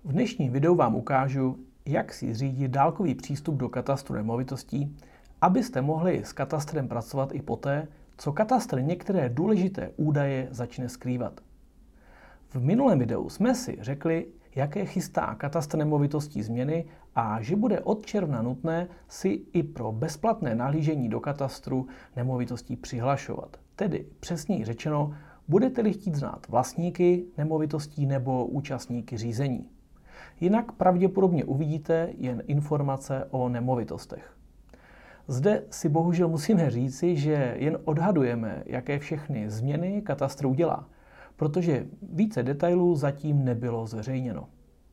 V dnešním videu vám ukážu, jak si zřídit dálkový přístup do katastru nemovitostí, abyste mohli s katastrem pracovat i poté, co katastr některé důležité údaje začne skrývat. V minulém videu jsme si řekli, jaké chystá katastr nemovitostí změny a že bude od června nutné si i pro bezplatné nahlížení do katastru nemovitostí přihlašovat. Tedy přesněji řečeno, budete-li chtít znát vlastníky nemovitostí nebo účastníky řízení. Jinak pravděpodobně uvidíte jen informace o nemovitostech. Zde si bohužel musíme říci, že jen odhadujeme, jaké všechny změny katastr udělá, protože více detailů zatím nebylo zveřejněno.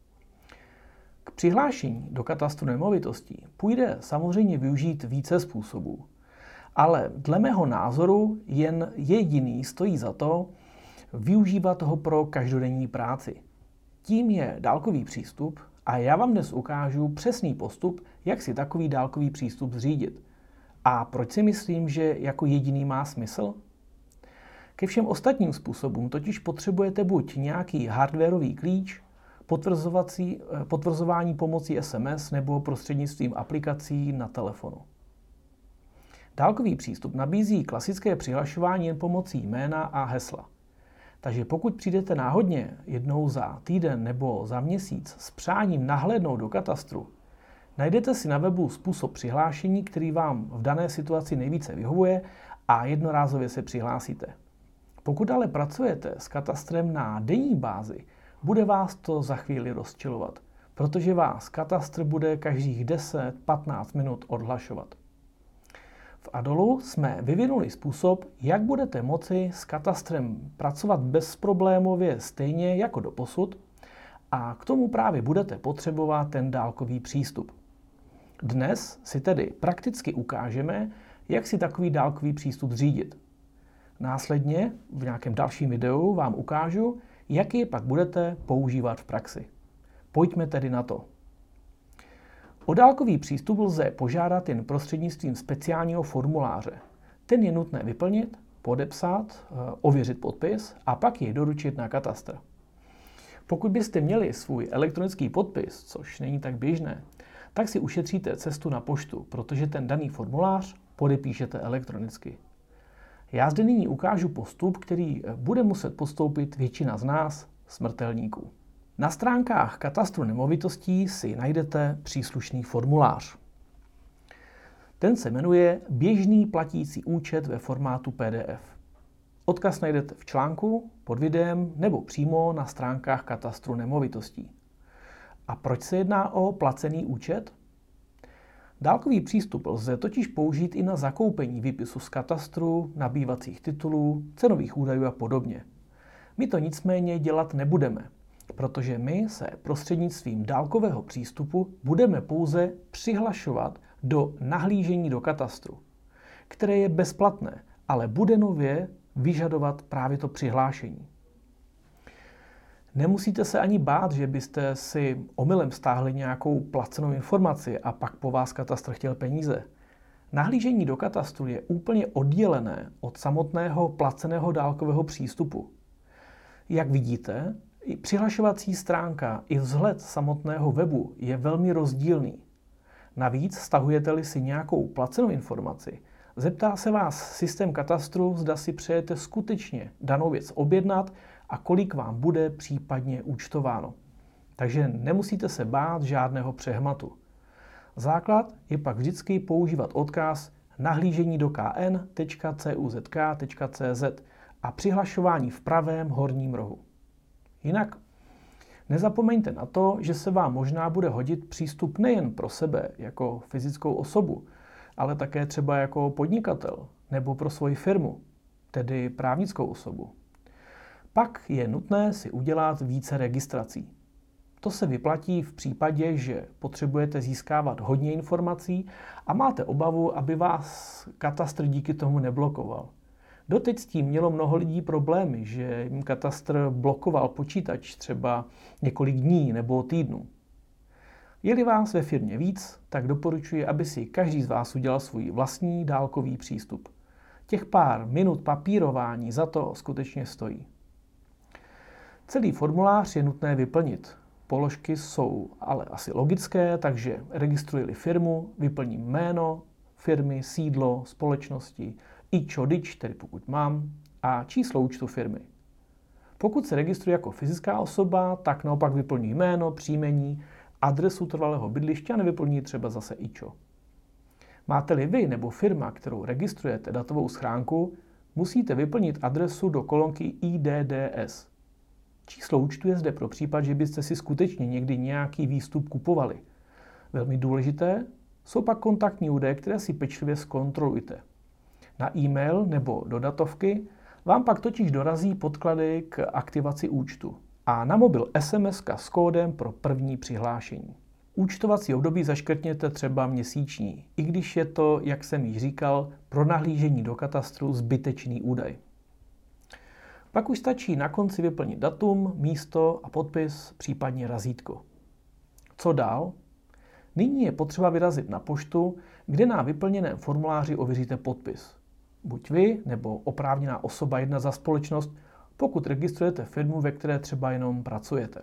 K přihlášení do katastru nemovitostí půjde samozřejmě využít více způsobů, ale dle mého názoru jen jediný stojí za to využívat ho pro každodenní práci. Tím je dálkový přístup a já vám dnes ukážu přesný postup, jak si takový dálkový přístup zřídit. A proč si myslím, že jako jediný má smysl? Ke všem ostatním způsobům totiž potřebujete buď nějaký hardwarový klíč, potvrzování pomocí SMS nebo prostřednictvím aplikací na telefonu. Dálkový přístup nabízí klasické přihlašování jen pomocí jména a hesla. Takže pokud přijdete náhodně jednou za týden nebo za měsíc s přáním nahlédnout do katastru, najdete si na webu způsob přihlášení, který vám v dané situaci nejvíce vyhovuje a jednorázově se přihlásíte. Pokud ale pracujete s katastrem na denní bázi, bude vás to za chvíli rozčilovat, protože vás katastr bude každých 10-15 minut odhlašovat. V Adolu jsme vyvinuli způsob, jak budete moci s katastrem pracovat bezproblémově stejně jako doposud a k tomu právě budete potřebovat ten dálkový přístup. Dnes si tedy prakticky ukážeme, jak si takový dálkový přístup zřídit. Následně v nějakém dalším videu vám ukážu, jak ji pak budete používat v praxi. Pojďme tedy na to. O dálkový přístup lze požádat jen prostřednictvím speciálního formuláře. Ten je nutné vyplnit, podepsat, ověřit podpis a pak jej doručit na katastr. Pokud byste měli svůj elektronický podpis, což není tak běžné, tak si ušetříte cestu na poštu, protože ten daný formulář podepíšete elektronicky. Já zde nyní ukážu postup, který bude muset podstoupit většina z nás, smrtelníků. Na stránkách katastru nemovitostí si najdete příslušný formulář. Ten se jmenuje Běžný platící účet ve formátu PDF. Odkaz najdete v článku, pod videem nebo přímo na stránkách katastru nemovitostí. A proč se jedná o placený účet? Dálkový přístup lze totiž použít i na zakoupení výpisu z katastru, nabývacích titulů, cenových údajů a podobně. My to nicméně dělat nebudeme, protože my se prostřednictvím dálkového přístupu budeme pouze přihlašovat do nahlížení do katastru, které je bezplatné, ale bude nově vyžadovat právě to přihlášení. Nemusíte se ani bát, že byste si omylem stáhli nějakou placenou informaci a pak po vás katastr chtěl peníze. Nahlížení do katastru je úplně oddělené od samotného placeného dálkového přístupu. Jak vidíte, i přihlašovací stránka i vzhled samotného webu je velmi rozdílný. Navíc, stahujete-li si nějakou placenou informaci, zeptá se vás systém katastru, zda si přejete skutečně danou věc objednat a kolik vám bude případně účtováno. Takže nemusíte se bát žádného přehmatu. Základ je pak vždycky používat odkaz nahlížení do kn.cuzk.cz a přihlašování v pravém horním rohu. Jinak nezapomeňte na to, že se vám možná bude hodit přístup nejen pro sebe jako fyzickou osobu, ale také třeba jako podnikatel nebo pro svoji firmu, tedy právnickou osobu. Pak je nutné si udělat více registrací. To se vyplatí v případě, že potřebujete získávat hodně informací a máte obavu, aby vás katastr díky tomu neblokoval. Doteď s tím mělo mnoho lidí problémy, že jim katastr blokoval počítač třeba několik dní nebo týdnů. Je-li vás ve firmě víc, tak doporučuji, aby si každý z vás udělal svůj vlastní dálkový přístup. Těch pár minut papírování za to skutečně stojí. Celý formulář je nutné vyplnit. položky jsou ale asi logické, takže registruji firmu, vyplním jméno firmy, sídlo, společnosti, IČO, DIČ, tedy pokud mám, a číslo účtu firmy. Pokud se registruji jako fyzická osoba, tak naopak vyplňuji jméno, příjmení, adresu trvalého bydliště a nevyplňuji třeba zase IČO. Máte-li vy nebo firma, kterou registrujete, datovou schránku, musíte vyplnit adresu do kolonky IDDS. Číslo účtu je zde pro případ, že byste si skutečně někdy nějaký výstup kupovali. Velmi důležité jsou pak kontaktní údaje, které si pečlivě zkontrolujte. Na e-mail nebo do datovky vám pak totiž dorazí podklady k aktivaci účtu a na mobil SMS-ka s kódem pro první přihlášení. Účtovací období zaškrtněte třeba měsíční, i když je to, jak jsem již říkal, pro nahlížení do katastru zbytečný údaj. Pak už stačí na konci vyplnit datum, místo a podpis, případně razítko. Co dál? Nyní je potřeba vyrazit na poštu, kde na vyplněném formuláři ověříte podpis. Buď vy, nebo oprávněná osoba jedna za společnost, pokud registrujete firmu, ve které třeba jenom pracujete.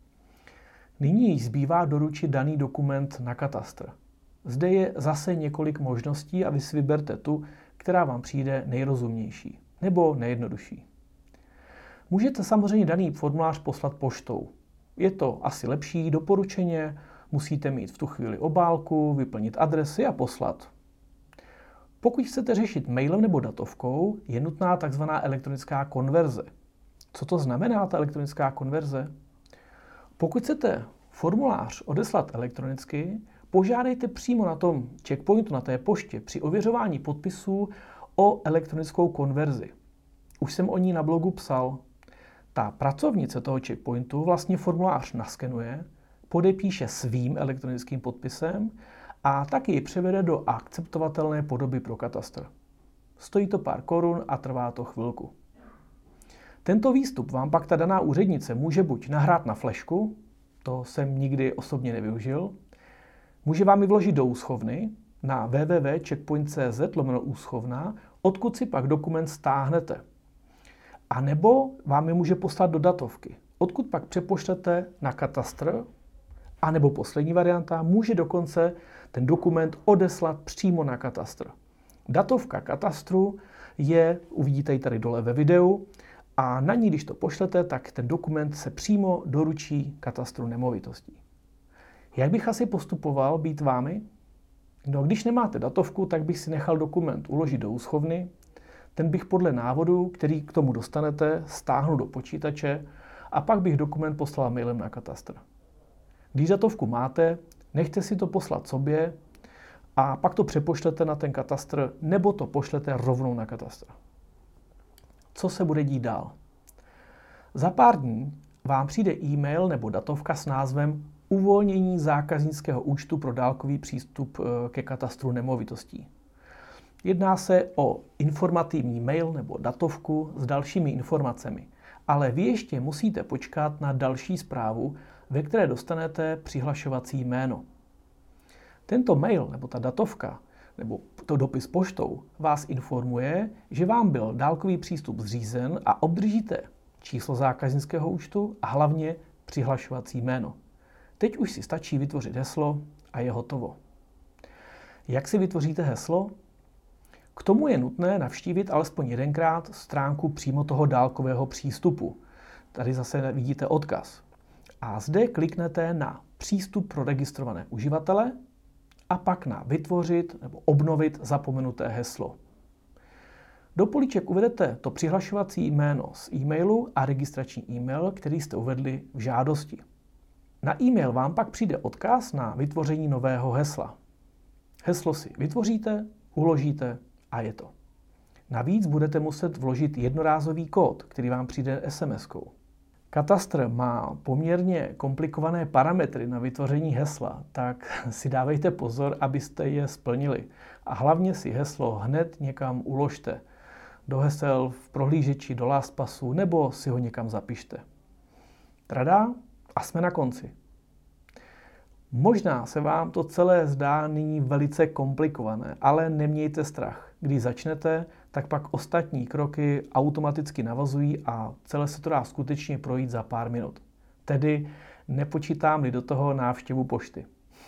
Nyní již zbývá doručit daný dokument na katastr. Zde je zase několik možností a vy si vyberte tu, která vám přijde nejrozumnější nebo nejjednodušší. Můžete samozřejmě daný formulář poslat poštou. Je to asi lepší, doporučeně musíte mít v tu chvíli obálku, vyplnit adresy a poslat. Pokud chcete řešit mailem nebo datovkou, je nutná tzv. Elektronická konverze. Co to znamená ta elektronická konverze? Pokud chcete formulář odeslat elektronicky, požádejte přímo na tom checkpointu, na té poště, při ověřování podpisů o elektronickou konverzi. Už jsem o ní na blogu psal. Ta pracovnice toho checkpointu vlastně formulář naskenuje, podepíše svým elektronickým podpisem a taky ji převede do akceptovatelné podoby pro katastr. Stojí to pár korun a trvá to chvilku. Tento výstup vám pak ta daná úřednice může buď nahrát na flešku, to jsem nikdy osobně nevyužil, může vám ji vložit do úschovny na www.checkpoint.cz/úschovna, odkud si pak dokument stáhnete. A nebo vám je může poslat do datovky, odkud pak přepošlete na katastr, a nebo poslední varianta, může dokonce ten dokument odeslat přímo na katastr. Datovka katastru je, uvidíte ji tady dole ve videu, a na ní, když to pošlete, tak ten dokument se přímo doručí katastru nemovitostí. Jak bych asi postupoval být vámi? No, když nemáte datovku, tak bych si nechal dokument uložit do úschovny, ten bych podle návodu, který k tomu dostanete, stáhnul do počítače a pak bych dokument poslal mailem na katastr. Když datovku máte, nechte si to poslat sobě a pak to přepošlete na ten katastr nebo to pošlete rovnou na katastr. Co se bude dít dál? Za pár dní vám přijde e-mail nebo datovka s názvem Uvolnění zákaznického účtu pro dálkový přístup ke katastru nemovitostí. Jedná se o informativní mail nebo datovku s dalšími informacemi, ale vy ještě musíte počkat na další zprávu, ve které dostanete přihlašovací jméno. Tento mail nebo ta datovka nebo to dopis poštou vás informuje, že vám byl dálkový přístup zřízen a obdržíte číslo zákaznického účtu a hlavně přihlašovací jméno. Teď už si stačí vytvořit heslo a je hotovo. Jak si vytvoříte heslo? K tomu je nutné navštívit alespoň jedenkrát stránku přímo toho dálkového přístupu. Tady zase vidíte odkaz. A zde kliknete na Přístup pro registrované uživatele a pak na Vytvořit nebo obnovit zapomenuté heslo. Do políček uvedete to přihlašovací jméno z e-mailu a registrační e-mail, který jste uvedli v žádosti. Na e-mail vám pak přijde odkaz na vytvoření nového hesla. Heslo si vytvoříte, uložíte a je to. Navíc budete muset vložit jednorázový kód, který vám přijde SMS-kou. Katastr má poměrně komplikované parametry na vytvoření hesla, tak si dávejte pozor, abyste je splnili. A hlavně si heslo hned někam uložte. Do hesel v prohlížeči, do LastPassu nebo si ho někam zapište. Tradá a jsme na konci. Možná se vám to celé zdá nyní velice komplikované, ale nemějte strach. Když začnete, tak pak ostatní kroky automaticky navazují a celé se to dá skutečně projít za pár minut. Tedy Nepočítám-li do toho návštěvu pošty.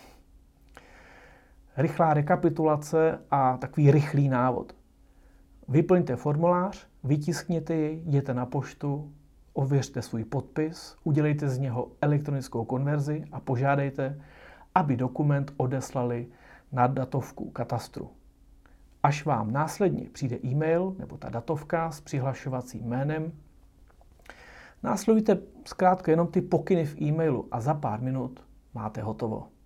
Rychlá rekapitulace a takový rychlý návod. Vyplňte formulář, vytiskněte jej, jděte na poštu, ověřte svůj podpis, udělejte z něho elektronickou konverzi a požádejte, aby dokument odeslali na datovku katastru. Až vám následně přijde e-mail nebo ta datovka s přihlašovacím jménem, následujte zkrátka jenom ty pokyny v e-mailu a za pár minut máte hotovo.